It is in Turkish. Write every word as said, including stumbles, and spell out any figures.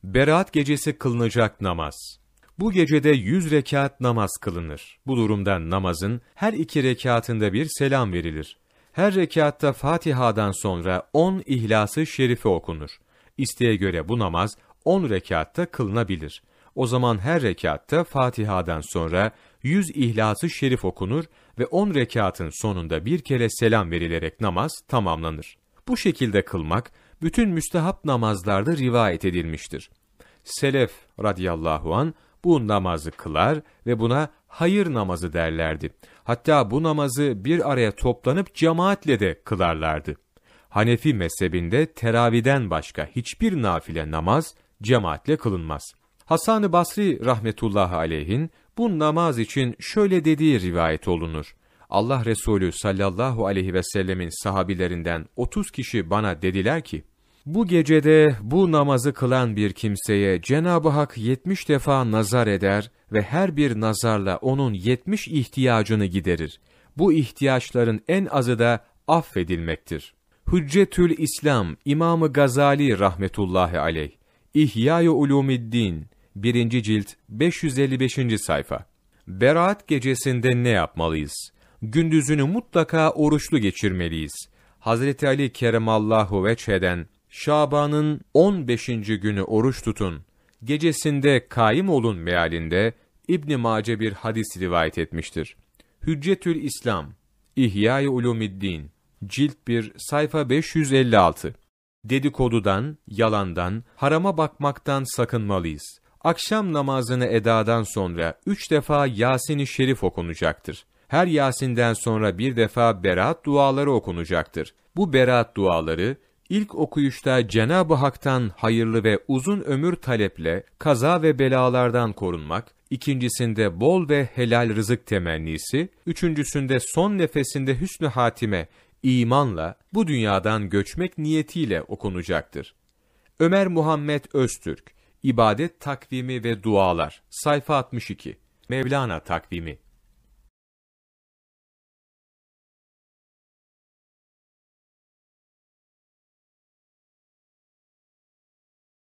Berat gecesi kılınacak namaz. Bu gecede yüz rekat namaz kılınır. Bu durumda namazın her iki rekatında bir selam verilir. Her rekatta Fatiha'dan sonra on İhlas-ı Şerife okunur. İsteğe göre bu namaz on rekatta kılınabilir. O zaman her rekatta Fatiha'dan sonra yüz İhlas-ı Şerif okunur ve on rekatın sonunda bir kere selam verilerek namaz tamamlanır. Bu şekilde kılmak, bütün müstehap namazlarda rivayet edilmiştir. Selef radıyallahu an bu namazı kılar ve buna hayır namazı derlerdi. Hatta bu namazı bir araya toplanıp cemaatle de kılarlardı. Hanefi mezhebinde teraviden başka hiçbir nafile namaz cemaatle kılınmaz. Hasan-ı Basri rahmetullahi aleyhin bu namaz için şöyle dediği rivayet olunur. Allah Resulü sallallahu aleyhi ve sellemin sahabilerinden otuz kişi bana dediler ki, bu gecede bu namazı kılan bir kimseye Cenab-ı Hak yetmiş defa nazar eder ve her bir nazarla onun yetmiş ihtiyacını giderir. Bu ihtiyaçların en azı da affedilmektir. Hüccetül İslam İmam-ı Gazali rahmetullahi aleyh, İhya-i Ulûmiddin, birinci cilt, beş yüz elli beşinci sayfa. Berat gecesinde ne yapmalıyız? Gündüzünü mutlaka oruçlu geçirmeliyiz. Hazreti Ali keremallahu veçheden, Şaban'ın on beşinci günü oruç tutun, gecesinde kaim olun mealinde İbn Mace bir hadis rivayet etmiştir. Hüccetül İslam, İhya-i Ulûmiddin, cilt bir, sayfa beş yüz elli altı. Dedikodudan, yalandan, harama bakmaktan sakınmalıyız. Akşam namazını edadan sonra üç defa Yasin-i Şerif okunacaktır. Her Yasin'den sonra bir defa Berat duaları okunacaktır. Bu Berat duaları, İlk okuyuşta Cenab-ı Hak'tan hayırlı ve uzun ömür taleple kaza ve belalardan korunmak, ikincisinde bol ve helal rızık temennisi, üçüncüsünde son nefesinde hüsnü hatime, imanla bu dünyadan göçmek niyetiyle okunacaktır. Ömer Muhammed Öztürk, İbadet Takvimi ve Dualar, sayfa altmış iki, Mevlana Takvimi.